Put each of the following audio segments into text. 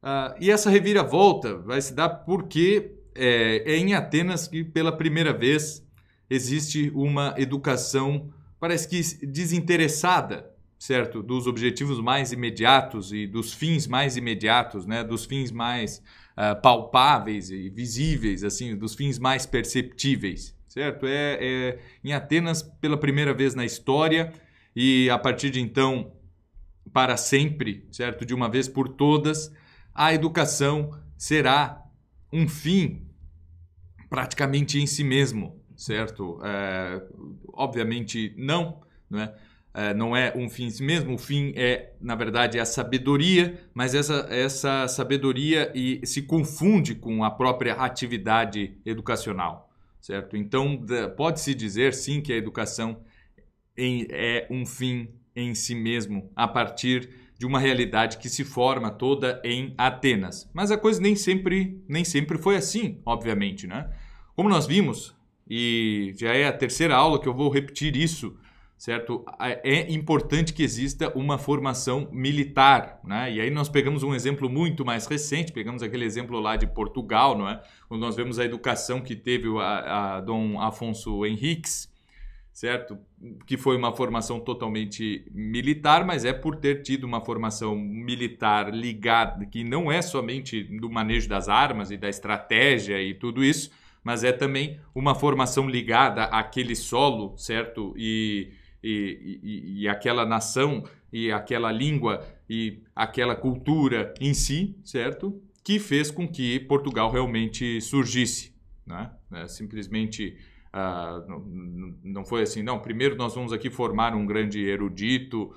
E essa reviravolta vai se dar porque é em Atenas que pela primeira vez existe uma educação, parece que desinteressada, certo? Dos objetivos mais imediatos e dos fins mais imediatos, né? Dos fins mais palpáveis e visíveis, assim, dos fins mais perceptíveis, certo? Em Atenas pela primeira vez na história e a partir de então para sempre, certo? De uma vez por todas, a educação será um fim praticamente em si mesmo, certo? Obviamente não, não é? Não é um fim em si mesmo, o fim é, na verdade, a sabedoria, mas essa sabedoria se confunde com a própria atividade educacional, certo? Então, pode-se dizer, sim, que a educação é um fim em si mesmo, a partir de uma realidade que se forma toda em Atenas. Mas a coisa nem sempre foi assim, obviamente, né? Como nós vimos, e já é a terceira aula que eu vou repetir isso, certo? É importante que exista uma formação militar, né? E aí nós pegamos um exemplo muito mais recente, pegamos aquele exemplo lá de Portugal, não é? Quando nós vemos a educação que teve a Dom Afonso Henriques, certo? Que foi uma formação totalmente militar, mas é por ter tido uma formação militar ligada, que não é somente do manejo das armas e da estratégia e tudo isso, mas é também uma formação ligada àquele solo, certo? E aquela nação, e aquela língua, e aquela cultura em si, certo? Que fez com que Portugal realmente surgisse, né? Simplesmente... não foi assim, não, primeiro nós vamos aqui formar um grande erudito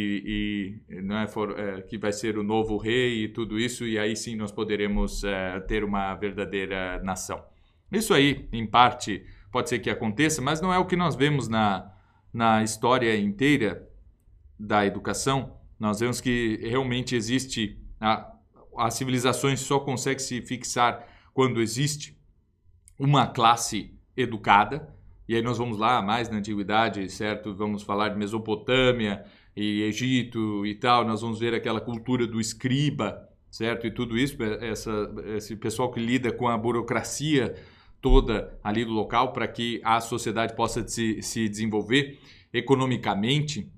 que vai ser o novo rei e tudo isso, e aí sim nós poderemos ter uma verdadeira nação. Isso aí, em parte, pode ser que aconteça, mas não é o que nós vemos na história inteira da educação. Nós vemos que realmente existe, as civilizações só conseguem se fixar quando existe uma classe educada, e aí nós vamos lá mais na antiguidade, certo? Vamos falar de Mesopotâmia e Egito e tal, nós vamos ver aquela cultura do escriba, certo? E tudo isso, esse pessoal que lida com a burocracia toda ali do local para que a sociedade possa se desenvolver economicamente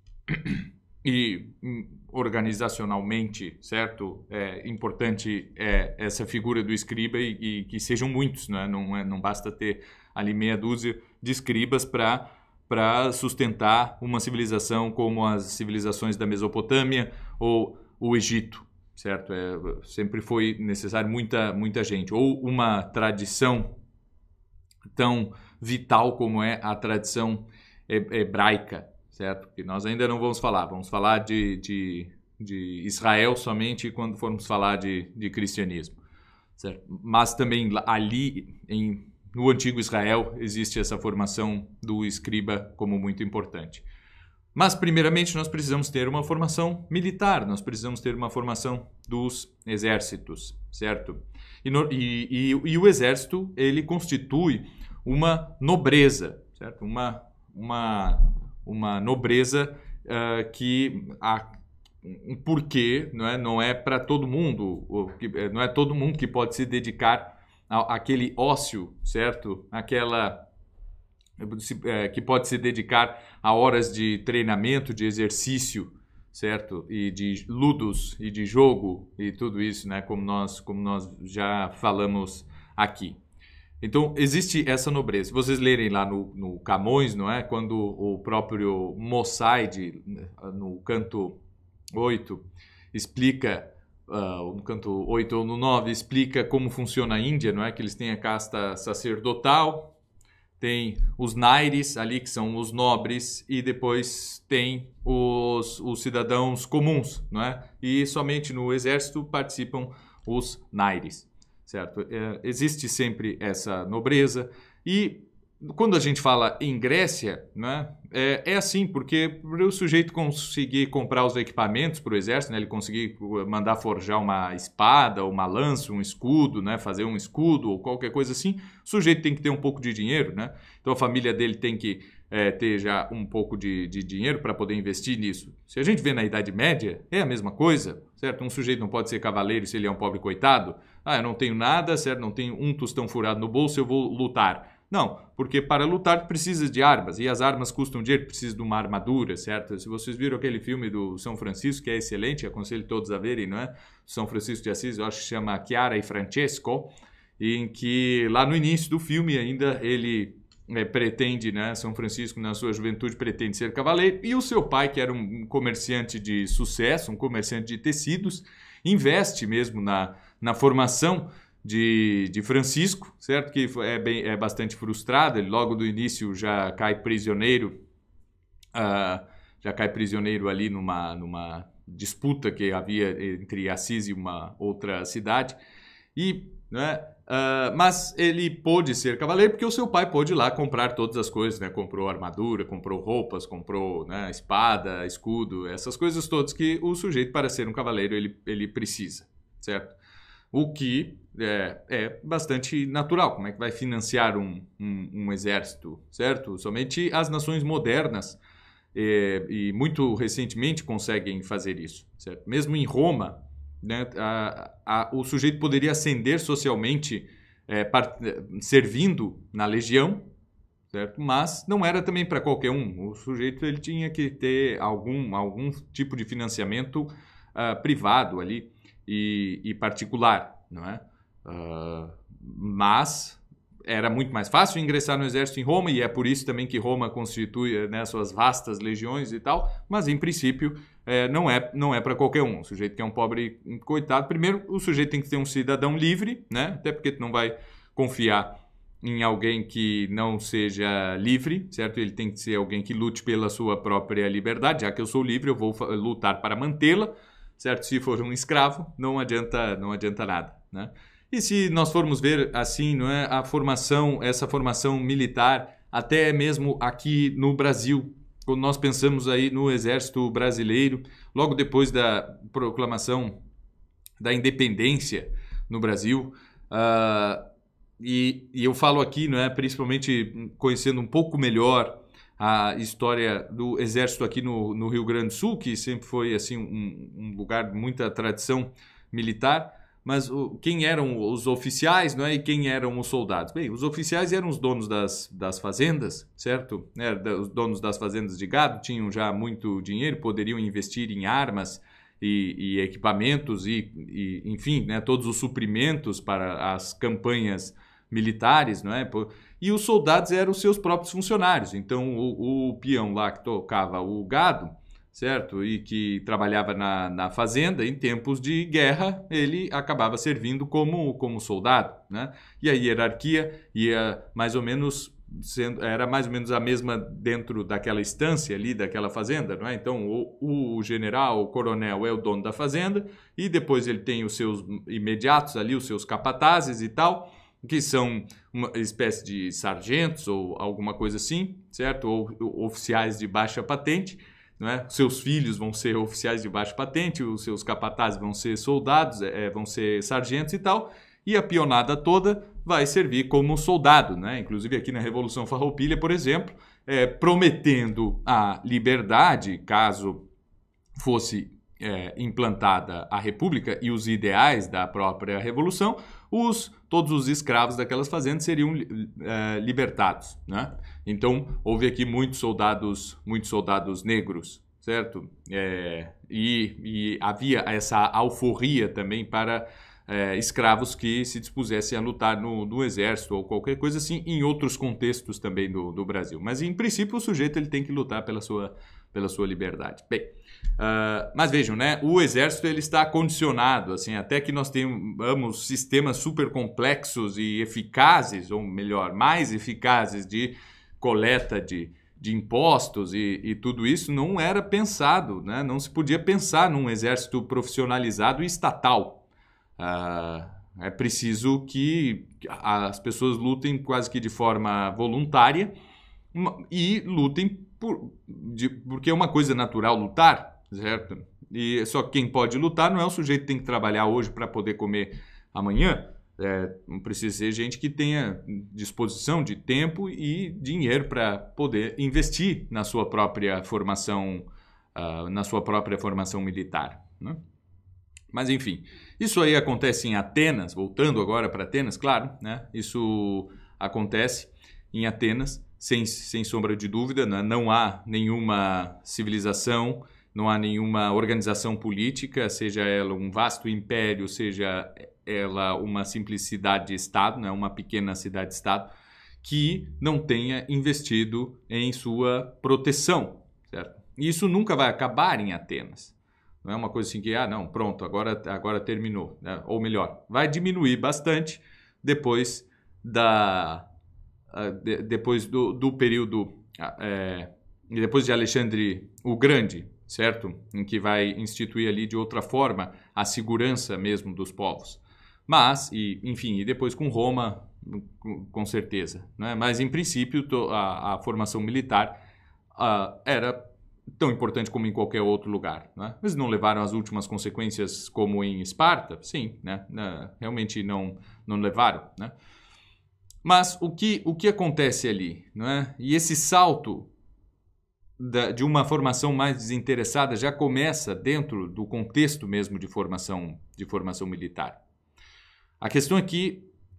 e organizacionalmente, certo? É importante essa figura do escriba e que sejam muitos, né? Não basta ter ali meia dúzia de escribas para sustentar uma civilização como as civilizações da Mesopotâmia ou o Egito, certo? Sempre foi necessário muita gente. Ou uma tradição tão vital como é a tradição hebraica, certo? Que nós ainda não vamos falar de Israel somente quando formos falar de cristianismo, certo? Mas também ali no antigo Israel existe essa formação do escriba como muito importante. Mas primeiramente nós precisamos ter uma formação militar, nós precisamos ter uma formação dos exércitos, certo? E o exército, ele constitui uma nobreza, certo? Uma nobreza um porquê, não é para todo mundo, não é todo mundo que pode se dedicar àquele ócio, certo? Que pode se dedicar a horas de treinamento, de exercício, certo? E de ludos e de jogo e tudo isso, né? Como nós já falamos aqui. Então, existe essa nobreza. Se vocês lerem lá no Camões, não é? Quando o próprio Mossaide, no canto 8, explica, no canto 8 ou no 9, explica como funciona a Índia, não é? Que eles têm a casta sacerdotal, tem os naires ali, que são os nobres, e depois tem os cidadãos comuns, não é? E somente no exército participam os naires. Certo? Existe sempre essa nobreza e quando a gente fala em Grécia, né, é assim, porque para o sujeito conseguir comprar os equipamentos para o exército, né, ele conseguir mandar forjar uma espada, uma lança, um escudo, né, fazer um escudo ou qualquer coisa assim, o sujeito tem que ter um pouco de dinheiro, né? Então a família dele tem que ter já um pouco de dinheiro para poder investir nisso. Se a gente vê na Idade Média, é a mesma coisa, certo? Um sujeito não pode ser cavaleiro se ele é um pobre coitado. Ah, eu não tenho nada, certo? Não tenho um tostão furado no bolso, eu vou lutar. Não, porque para lutar precisa de armas, e as armas custam dinheiro, precisa de uma armadura, certo? Se vocês viram aquele filme do São Francisco, que é excelente, aconselho todos a verem, não é? São Francisco de Assis, eu acho que chama Chiara e Francesco, em que lá no início do filme ainda ele pretende, né? São Francisco na sua juventude pretende ser cavaleiro, e o seu pai, que era um comerciante de sucesso, um comerciante de tecidos, investe mesmo na formação de Francisco, certo? Que é bastante frustrado, ele logo do início já cai prisioneiro, ali numa disputa que havia entre Assis e uma outra cidade, e, né, mas ele pôde ser cavaleiro porque o seu pai pôde ir lá comprar todas as coisas, né? Comprou armadura, comprou roupas, comprou, né, espada, escudo, essas coisas todas que o sujeito, para ser um cavaleiro, ele precisa, certo? O que é bastante natural. Como é que vai financiar um exército, certo? Somente as nações modernas e muito recentemente conseguem fazer isso, certo? Mesmo em Roma, né, o sujeito poderia ascender socialmente servindo na legião, certo? Mas não era também para qualquer um. O sujeito ele tinha que ter algum tipo de financiamento privado ali e particular, não é? Mas era muito mais fácil ingressar no exército em Roma, e é por isso também que Roma constitui, né, suas vastas legiões e tal, mas em princípio não é para qualquer um. O sujeito que é um pobre coitado, primeiro o sujeito tem que ser um cidadão livre, né? Até porque tu não vai confiar em alguém que não seja livre, certo? Ele tem que ser alguém que lute pela sua própria liberdade. Já que eu sou livre, eu vou lutar para mantê-la, certo? Se for um escravo, não adianta nada, né? E se nós formos ver assim, não é, essa formação militar, até mesmo aqui no Brasil, quando nós pensamos aí no Exército Brasileiro, logo depois da proclamação da independência no Brasil, e eu falo aqui, não é, principalmente conhecendo um pouco melhor a história do Exército aqui no Rio Grande do Sul, que sempre foi assim um lugar de muita tradição militar. Mas quem eram os oficiais, não é? E quem eram os soldados? Bem, os oficiais eram os donos das fazendas, certo? Os donos das fazendas de gado tinham já muito dinheiro, poderiam investir em armas e equipamentos e enfim, né, todos os suprimentos para as campanhas militares, não é? E os soldados eram os seus próprios funcionários. Então, o peão lá que tocava o gado, certo? E que trabalhava na fazenda, em tempos de guerra, ele acabava servindo como soldado, né? E a hierarquia ia mais ou menos era mais ou menos a mesma dentro daquela estância ali, daquela fazenda, não é? Então, o general, o coronel é o dono da fazenda, e depois ele tem os seus imediatos ali, os seus capatazes e tal, que são uma espécie de sargentos ou alguma coisa assim, certo? Ou oficiais de baixa patente, não é? Seus filhos vão ser oficiais de baixa patente, os seus capatazes vão ser soldados, vão ser sargentos e tal, e a peonada toda vai servir como soldado, né? Inclusive aqui na Revolução Farroupilha, por exemplo, prometendo a liberdade, caso fosse implantada a República e os ideais da própria Revolução, todos os escravos daquelas fazendas seriam libertados, né? Então, houve aqui muitos soldados negros, certo? E havia essa alforria também para escravos que se dispusessem a lutar no exército ou qualquer coisa assim, em outros contextos também do Brasil. Mas, em princípio, o sujeito ele tem que lutar pela sua liberdade. Bem, mas vejam, né? O exército ele está condicionado, assim, até que nós tenhamos sistemas super complexos e eficazes, ou melhor, mais eficazes de coleta de impostos e tudo isso não era pensado, né? Não se podia pensar num exército profissionalizado e estatal. É preciso que as pessoas lutem quase que de forma voluntária e lutem porque é uma coisa natural lutar, certo? E só que quem pode lutar não é o sujeito que tem que trabalhar hoje para poder comer amanhã, Precisa ser gente que tenha disposição de tempo e dinheiro para poder investir na sua própria formação, militar, né? Mas, enfim, isso aí acontece em Atenas, voltando agora para Atenas, claro, né? Isso acontece em Atenas, sem sombra de dúvida, né? Não há nenhuma civilização, não há nenhuma organização política, seja ela um vasto império, seja ela uma simples cidade-estado, né? Uma pequena cidade-estado, que não tenha investido em sua proteção, certo? E isso nunca vai acabar em Atenas. Não é uma coisa assim que, não, pronto, agora terminou, né? Ou melhor, vai diminuir bastante depois depois do período, depois de Alexandre o Grande, certo? Em que vai instituir ali de outra forma a segurança mesmo dos povos. Mas, enfim, e depois com Roma, com certeza, né? Mas, em princípio, a formação militar era tão importante como em qualquer outro lugar, né? Mas não levaram as últimas consequências como em Esparta? Sim, né? Realmente não levaram, né? Mas o que acontece ali, né? E esse salto de uma formação mais desinteressada já começa dentro do contexto mesmo de formação militar. A questão é que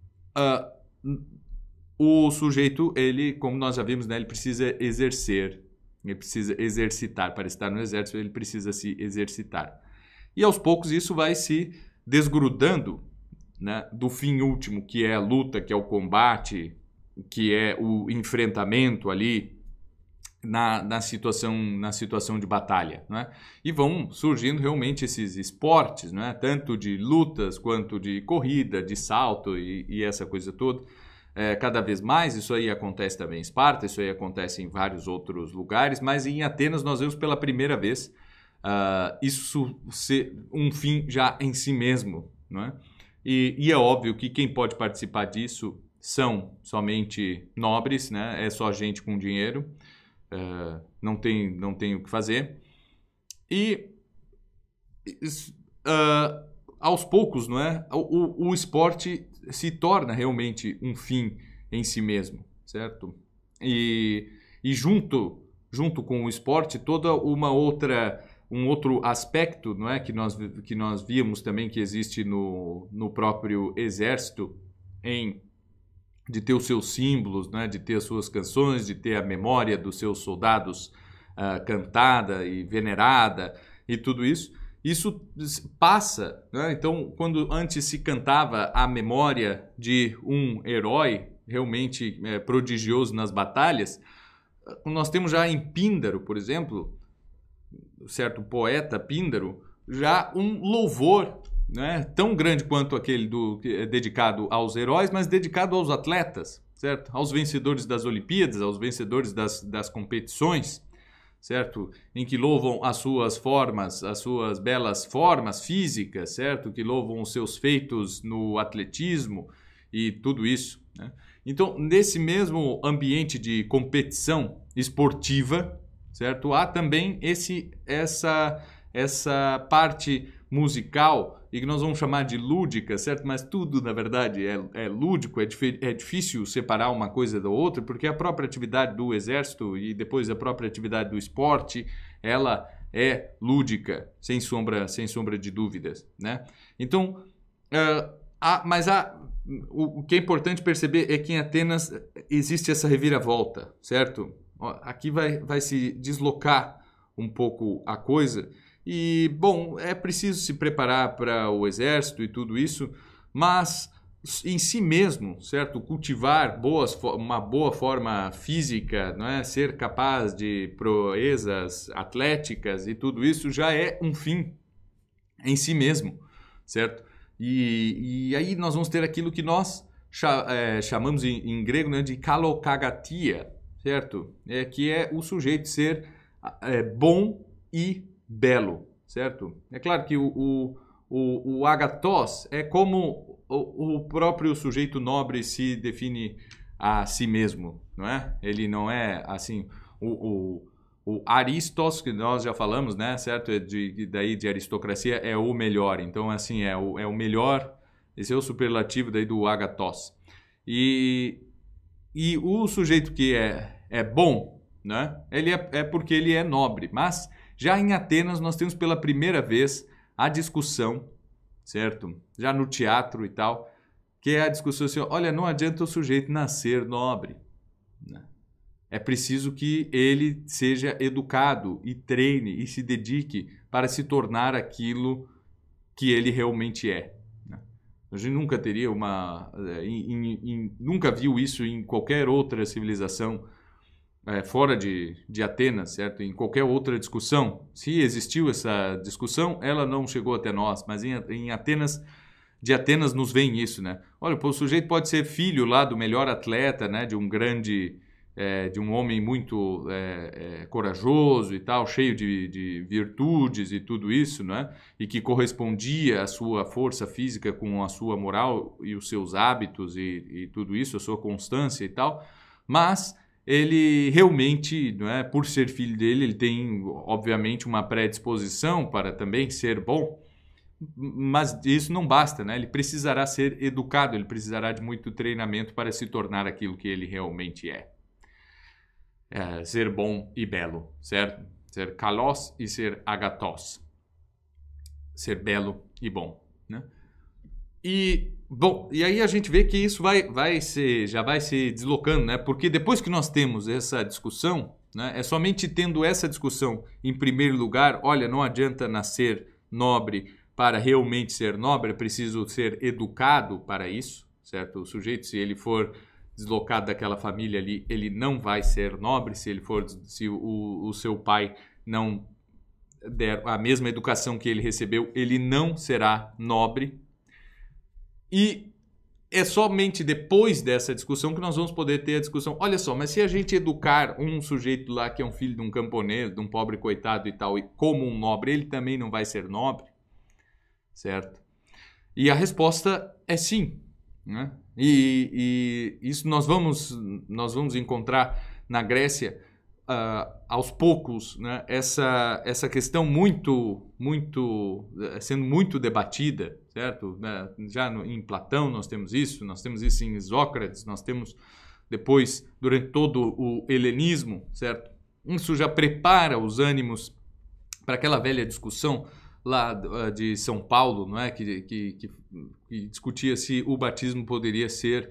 o sujeito, ele, como nós já vimos, né, ele precisa exercitar. Para estar no exército, ele precisa se exercitar. E aos poucos isso vai se desgrudando, né, do fim último, que é a luta, que é o combate, que é o enfrentamento ali na situação de batalha, né? E vão surgindo realmente esses esportes, né, tanto de lutas quanto de corrida, de salto e essa coisa toda. Cada vez mais, isso aí acontece também em Esparta, isso aí acontece em vários outros lugares, mas em Atenas nós vemos pela primeira vez isso ser um fim já em si mesmo, não é? E é óbvio que quem pode participar disso são somente nobres, né? É só gente com dinheiro, não tem o que fazer. E aos poucos, não é? O esporte se torna realmente um fim em si mesmo, certo? E junto com o esporte, toda um outro aspecto, não é, que nós víamos também que existe no próprio exército, de ter os seus símbolos, né, de ter as suas canções, de ter a memória dos seus soldados cantada e venerada e tudo isso. Isso passa, né? Então, quando antes se cantava a memória de um herói realmente prodigioso nas batalhas, nós temos já em Píndaro, por exemplo, certo poeta Píndaro, já um louvor, né, tão grande quanto aquele dedicado aos heróis, mas dedicado aos atletas, certo? Aos vencedores das Olimpíadas, aos vencedores das competições, certo? Em que louvam as suas formas, as suas belas formas físicas, certo? Que louvam os seus feitos no atletismo e tudo isso, né? Então, nesse mesmo ambiente de competição esportiva, certo? Há também essa parte musical, e que nós vamos chamar de lúdica, certo? Mas tudo, na verdade, é lúdico, é difícil separar uma coisa da outra, porque a própria atividade do exército e depois a própria atividade do esporte, ela é lúdica, sem sombra de dúvidas, né? Então, o que é importante perceber é que em Atenas existe essa reviravolta, certo? Aqui vai se deslocar um pouco a coisa. E, bom, é preciso se preparar para o exército e tudo isso, mas em si mesmo, certo? Cultivar uma boa forma física, não é? Ser capaz de proezas atléticas e tudo isso já é um fim em si mesmo, certo? E aí nós vamos ter aquilo que nós chamamos em grego, né, de kalokagatia, certo? Que é o sujeito ser bom e belo, certo? É claro que o agathos é como o próprio sujeito nobre se define a si mesmo, não é? Ele não é assim o aristos, que nós já falamos, né, certo? Daí de aristocracia é o melhor. Então, assim, é o melhor Esse é o superlativo daí do agathos. E o sujeito que é bom, né? Ele é porque ele é nobre. Mas já em Atenas nós temos pela primeira vez a discussão, certo? Já no teatro e tal, que é a discussão assim, olha, não adianta o sujeito nascer nobre, né? É preciso que ele seja educado e treine e se dedique para se tornar aquilo que ele realmente é. A gente nunca teria nunca viu isso em qualquer outra civilização fora de Atenas, certo? Em qualquer outra discussão. Se existiu essa discussão, ela não chegou até nós, mas em Atenas, de Atenas nos vem isso, né? Olha, o sujeito pode ser filho lá do melhor atleta, né? De um homem muito corajoso e tal, cheio de virtudes e tudo isso, né? E que correspondia à sua força física com a sua moral e os seus hábitos e tudo isso, a sua constância e tal. Mas ele realmente, não é, por ser filho dele, ele tem, obviamente, uma predisposição para também ser bom. Mas isso não basta, né? Ele precisará ser educado, ele precisará de muito treinamento para se tornar aquilo que ele realmente é. Ser bom e belo, certo? Ser kalos e ser agathos. Ser belo e bom, né? E aí a gente vê que isso já vai se deslocando, né? Porque depois que nós temos essa discussão, né? É somente tendo essa discussão em primeiro lugar, olha, não adianta nascer nobre para realmente ser nobre, é preciso ser educado para isso, certo? O sujeito, se ele for deslocado daquela família ali, ele não vai ser nobre. Se o seu pai não der a mesma educação que ele recebeu, ele não será nobre. E é somente depois dessa discussão que nós vamos poder ter a discussão. Olha só, mas se a gente educar um sujeito lá que é um filho de um camponês, de um pobre coitado e tal, e como um nobre, ele também não vai ser nobre, certo? E a resposta é sim, né? E isso nós vamos encontrar na Grécia aos poucos, né? Essa questão sendo muito debatida, certo? Já em Platão nós temos isso em Sócrates, nós temos depois durante todo o helenismo, certo? Isso já prepara os ânimos para aquela velha discussão lá de São Paulo, não é? Que discutia se o batismo poderia ser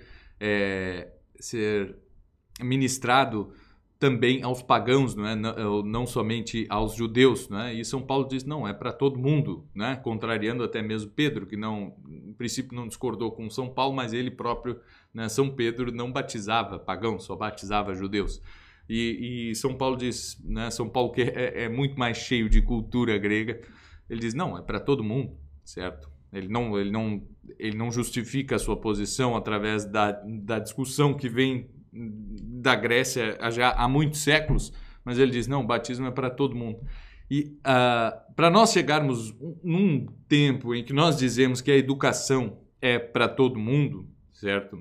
ministrado também aos pagãos, não é? Não somente aos judeus, não é? E São Paulo diz, não, é para todo mundo, né? Contrariando até mesmo Pedro, que não, em princípio não discordou com São Paulo, mas ele próprio, né, São Pedro, não batizava pagãos, só batizava judeus. E São Paulo diz, né, São Paulo que é muito mais cheio de cultura grega, ele diz, não, é para todo mundo, certo? Ele não justifica a sua posição através da discussão que vem da Grécia já há muitos séculos, mas ele diz, não, o batismo é para todo mundo. E para nós chegarmos num tempo em que nós dizemos que a educação é para todo mundo, certo?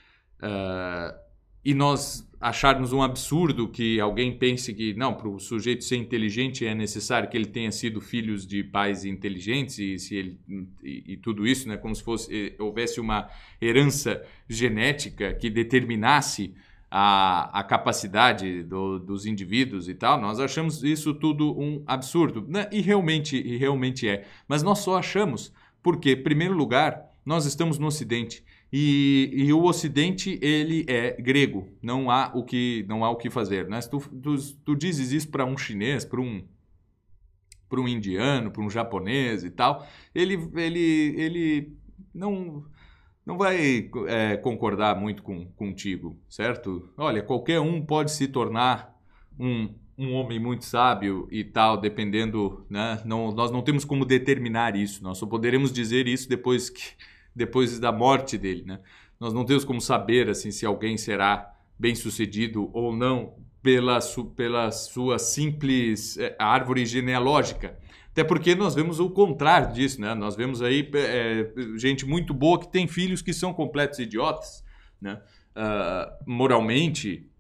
E nós acharmos um absurdo que alguém pense que, não, para o sujeito ser inteligente é necessário que ele tenha sido filhos de pais inteligentes e tudo isso, né, como se houvesse uma herança genética que determinasse a capacidade dos indivíduos e tal. Nós achamos isso tudo um absurdo, né? E realmente é. Mas nós só achamos porque, em primeiro lugar, nós estamos no Ocidente. E o Ocidente, ele é grego, não há o que fazer, né? Se tu dizes isso para um chinês, para um indiano, para um japonês e tal, ele não vai concordar muito contigo, certo? Olha, qualquer um pode se tornar um homem muito sábio e tal, dependendo, né? Nós não temos como determinar isso, nós só poderemos dizer isso depois da morte dele, né? Nós não temos como saber assim se alguém será bem-sucedido ou não pela sua simples árvore genealógica. Até porque nós vemos o contrário disso, né? Nós vemos aí gente muito boa que tem filhos que são completos idiotas, né? Moralmente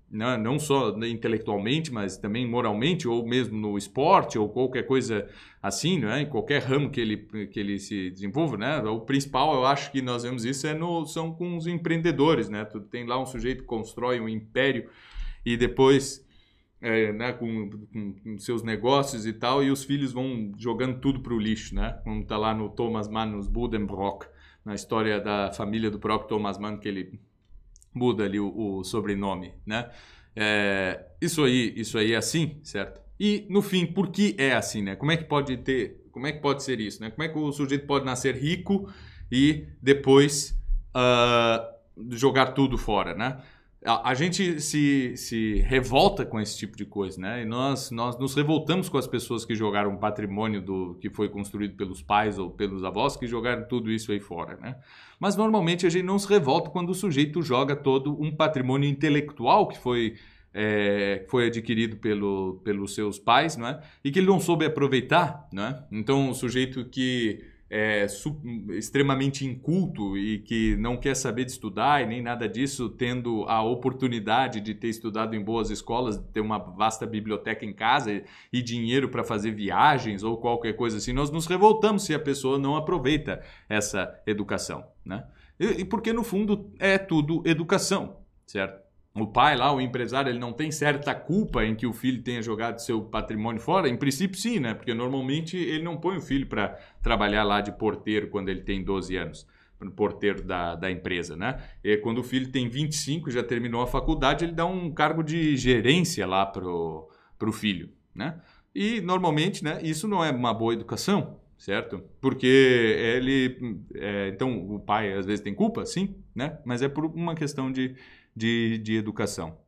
né? Não só intelectualmente, mas também moralmente, ou mesmo no esporte, ou qualquer coisa assim, né? Em qualquer ramo que ele se desenvolva, né? O principal, eu acho que nós vemos isso, são com os empreendedores, né? Tu tem lá um sujeito que constrói um império e depois... né, com seus negócios e tal, e os filhos vão jogando tudo para o lixo, né? Como está lá no Thomas Mann, nos Buddenbrook, na história da família do próprio Thomas Mann, que ele muda ali o sobrenome, né? Isso aí é assim, certo? E, no fim, por que é assim, né? Como é que pode ser isso, né? Como é que o sujeito pode nascer rico e depois jogar tudo fora, né? A gente se revolta com esse tipo de coisa, né? E nós nos revoltamos com as pessoas que jogaram o patrimônio que foi construído pelos pais ou pelos avós, que jogaram tudo isso aí fora, né? Mas normalmente a gente não se revolta quando o sujeito joga todo um patrimônio intelectual que foi adquirido pelos seus pais, não é? E que ele não soube aproveitar, não é? Então o sujeito que extremamente inculto e que não quer saber de estudar e nem nada disso, tendo a oportunidade de ter estudado em boas escolas, de ter uma vasta biblioteca em casa e dinheiro para fazer viagens ou qualquer coisa assim, nós nos revoltamos se a pessoa não aproveita essa educação, né? E porque no fundo é tudo educação, certo? O pai lá, o empresário, ele não tem certa culpa em que o filho tenha jogado seu patrimônio fora? Em princípio, sim, né? Porque normalmente ele não põe o filho para trabalhar lá de porteiro quando ele tem 12 anos, porteiro da empresa, né? E quando o filho tem 25, já terminou a faculdade, ele dá um cargo de gerência lá pro filho, né? E normalmente, né, isso não é uma boa educação, certo? Porque então o pai às vezes tem culpa, sim, né? Mas é por uma questão de educação.